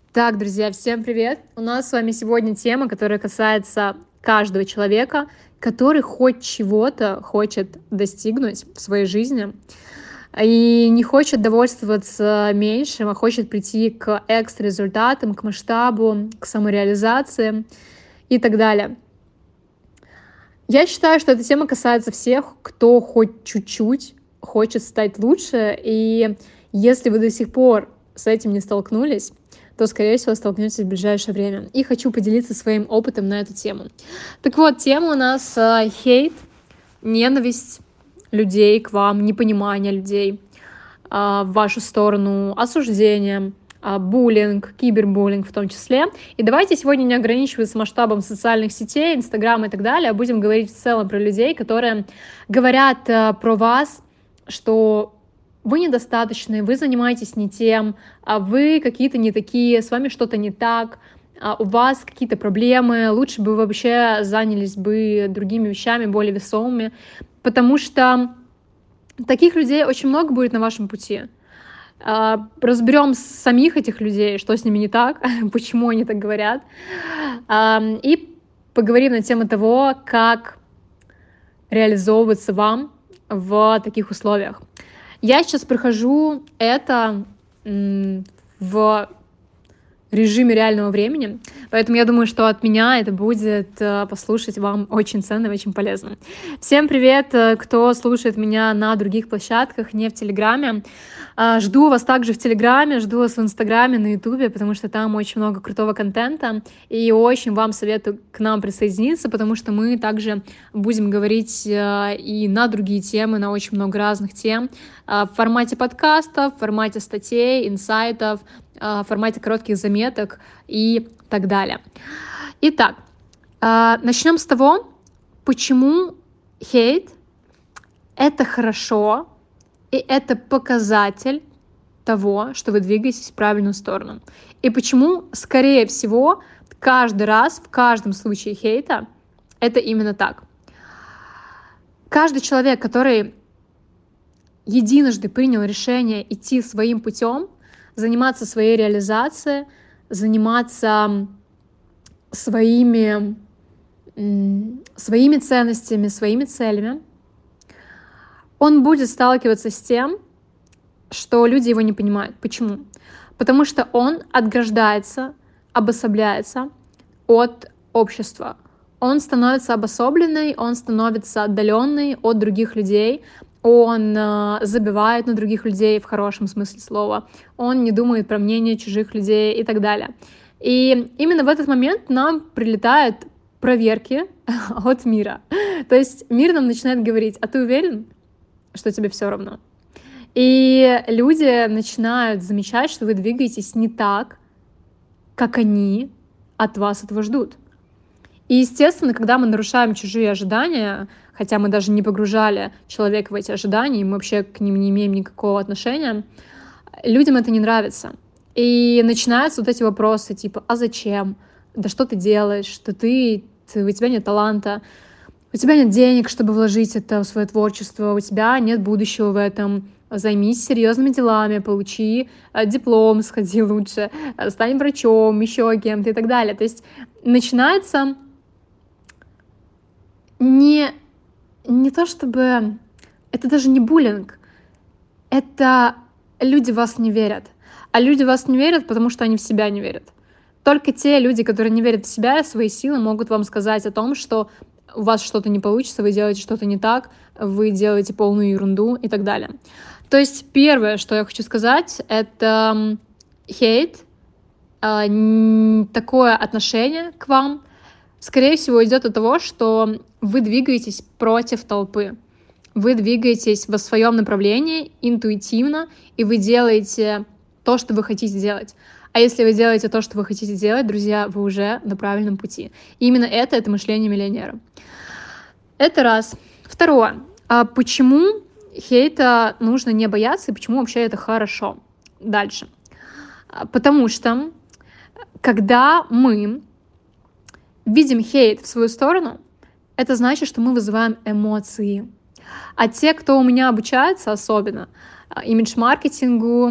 Так, друзья, всем привет! У нас с вами сегодня тема, которая касается каждого человека, который хоть чего-то хочет достигнуть в своей жизни и не хочет довольствоваться меньшим, а хочет прийти к экстра-результатам, к масштабу, к самореализации и так далее. Я считаю, что эта тема касается всех, кто хоть чуть-чуть хочет стать лучше, и если вы до сих пор с этим не столкнулись, то, скорее всего, столкнетесь в ближайшее время. И хочу поделиться своим опытом на эту тему. Так вот, тема у нас хейт, ненависть людей к вам, непонимание людей в вашу сторону, осуждение, буллинг, кибербуллинг в том числе. И давайте сегодня не ограничиваться масштабом социальных сетей, Инстаграма и так далее, а будем говорить в целом про людей, которые говорят про вас, что вы недостаточны, вы занимаетесь не тем, а вы какие-то не такие, с вами что-то не так, у вас какие-то проблемы, лучше бы вы вообще занялись бы другими вещами, более весомыми, потому что таких людей очень много будет на вашем пути. Разберем самих этих людей, что с ними не так, почему они так говорят, и поговорим на тему того, как реализовываться вам в таких условиях. Я сейчас прохожу это в режиме реального времени, поэтому я думаю, что от меня это будет послушать вам очень ценно и очень полезно. Всем привет, кто слушает меня на других площадках, не в Телеграме. Жду вас также в Телеграме, жду вас в Инстаграме, на Ютубе, потому что там очень много крутого контента, и очень вам советую к нам присоединиться, потому что мы также будем говорить и на другие темы, на очень много разных тем, в формате подкастов, в формате статей, инсайтов, в формате коротких заметок и так далее. Итак, начнем с того, почему хейт — это хорошо, и это показатель того, что вы двигаетесь в правильную сторону. И почему, скорее всего, каждый раз, в каждом случае хейта, это именно так. Каждый человек, который единожды принял решение идти своим путем, заниматься своей реализацией, заниматься своими ценностями, своими целями, он будет сталкиваться с тем, что люди его не понимают. Почему? Потому что он отграждается, обособляется от общества. Он становится обособленный, он становится отдаленный от других людей, он забивает на других людей в хорошем смысле слова, он не думает про мнение чужих людей и так далее. И именно в этот момент нам прилетают проверки от мира. То есть мир нам начинает говорить: а ты уверен, что тебе все равно? И люди начинают замечать, что вы двигаетесь не так, как они от вас этого ждут. И, естественно, когда мы нарушаем чужие ожидания, хотя мы даже не погружали человека в эти ожидания, и мы вообще к ним не имеем никакого отношения, людям это не нравится. И начинаются вот эти вопросы типа: а зачем? Да что ты делаешь? Что у тебя нет таланта, у тебя нет денег, чтобы вложить это в свое творчество, у тебя нет будущего в этом. Займись серьезными делами, получи диплом, сходи лучше, стань врачом, еще кем-то и так далее. То есть начинается не то чтобы... Это даже не буллинг. Это люди в вас не верят. А люди в вас не верят, потому что они в себя не верят. Только те люди, которые не верят в себя и в свои силы, могут вам сказать о том, что у вас что-то не получится, вы делаете что-то не так, вы делаете полную ерунду и так далее. То есть первое, что я хочу сказать, это хейт, такое отношение к вам, скорее всего, идет от того, что вы двигаетесь против толпы. Вы двигаетесь в своем направлении интуитивно, и вы делаете то, что вы хотите делать. А если вы делаете то, что вы хотите делать, друзья, вы уже на правильном пути. И именно это мышление миллионера. Это раз. Второе. Почему хейта нужно не бояться и почему вообще это хорошо? Дальше. Потому что когда мы видим хейт в свою сторону, это значит, что мы вызываем эмоции. А те, кто у меня обучается особенно имидж-маркетингу,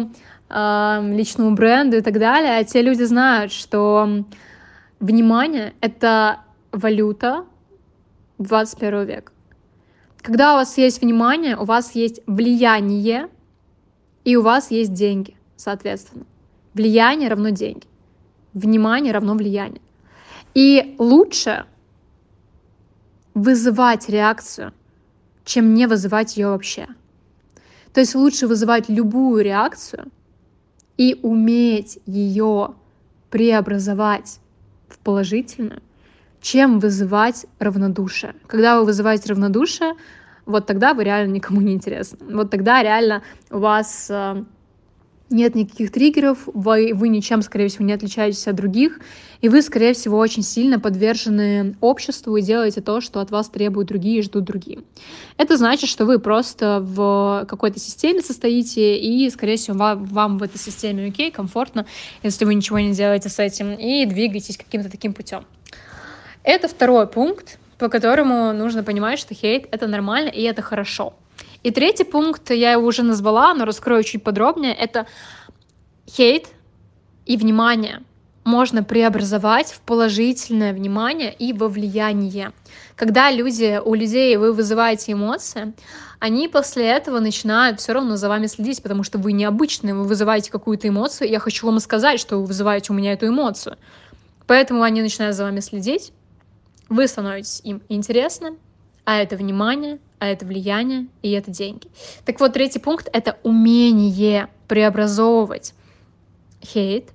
личному бренду и так далее, а те люди знают, что внимание — это валюта 21 века. Когда у вас есть внимание, у вас есть влияние, и у вас есть деньги, соответственно. Влияние равно деньги. Внимание равно влияние. И лучше вызывать реакцию, чем не вызывать ее вообще. То есть лучше вызывать любую реакцию и уметь ее преобразовать в положительную, чем вызывать равнодушие. Когда вы вызываете равнодушие, вот тогда вы реально никому не интересны. Вот тогда реально у вас нет никаких триггеров, вы ничем, скорее всего, не отличаетесь от других, и вы, скорее всего, очень сильно подвержены обществу и делаете то, что от вас требуют другие и ждут другие. Это значит, что вы просто в какой-то системе состоите, и, скорее всего, вам в этой системе окей, комфортно, если вы ничего не делаете с этим, и двигаетесь каким-то таким путем. Это второй пункт, по которому нужно понимать, что хейт — это нормально и это хорошо. И третий пункт, я его уже назвала, но раскрою чуть подробнее, это хейт и внимание можно преобразовать в положительное внимание и во влияние. Когда у людей вы вызываете эмоции, они после этого начинают все равно за вами следить, потому что вы необычные, вы вызываете какую-то эмоцию, и я хочу вам сказать, что вы вызываете у меня эту эмоцию. Поэтому они начинают за вами следить, вы становитесь им интересны, а это внимание, а это влияние, и это деньги. Так вот, третий пункт — это умение преобразовывать хейт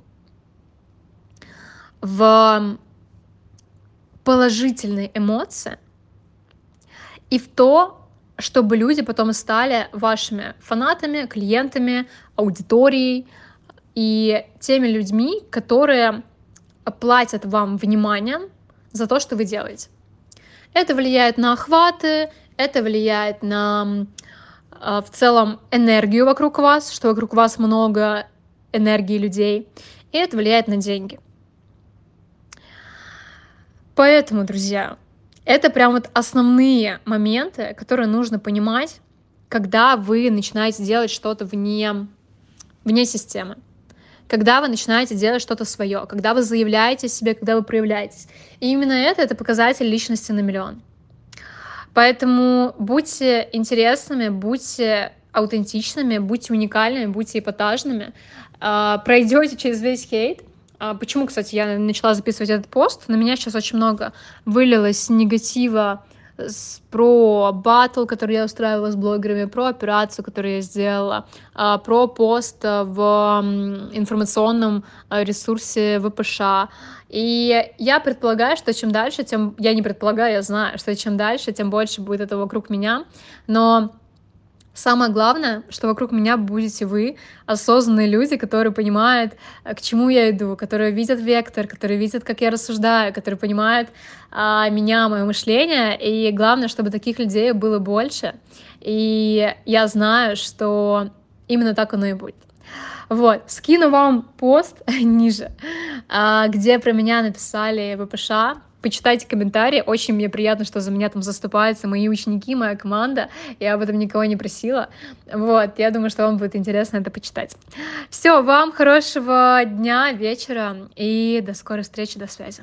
в положительные эмоции и в то, чтобы люди потом стали вашими фанатами, клиентами, аудиторией и теми людьми, которые платят вам вниманием за то, что вы делаете. Это влияет на охваты, это влияет на в целом энергию вокруг вас, что вокруг вас много энергии людей, и это влияет на деньги. Поэтому, друзья, это прям вот основные моменты, которые нужно понимать, когда вы начинаете делать что-то вне системы, когда вы начинаете делать что-то свое, когда вы заявляете о себе, когда вы проявляетесь. И именно это показатель личности на миллион. Поэтому будьте интересными, будьте аутентичными, будьте уникальными, будьте эпатажными, пройдете через весь хейт. Почему, кстати, я начала записывать этот пост? На меня сейчас очень много вылилось негатива про батл, который я устраивала с блогерами, про операцию, которую я сделала, про пост в информационном ресурсе ВПШ. И я предполагаю, что чем дальше, тем... Я не предполагаю, я знаю, что чем дальше, тем больше будет этого вокруг меня. Но самое главное, что вокруг меня будете вы, осознанные люди, которые понимают, к чему я иду, которые видят вектор, которые видят, как я рассуждаю, которые понимают меня, мое мышление. И главное, чтобы таких людей было больше. И я знаю, что именно так оно и будет. Вот, скину вам пост ниже, где про меня написали ВПШ. Почитайте комментарии, очень мне приятно, что за меня там заступаются мои ученики, моя команда, я об этом никого не просила. Вот, я думаю, что вам будет интересно это почитать. Все, вам хорошего дня, вечера и до скорой встречи, до связи.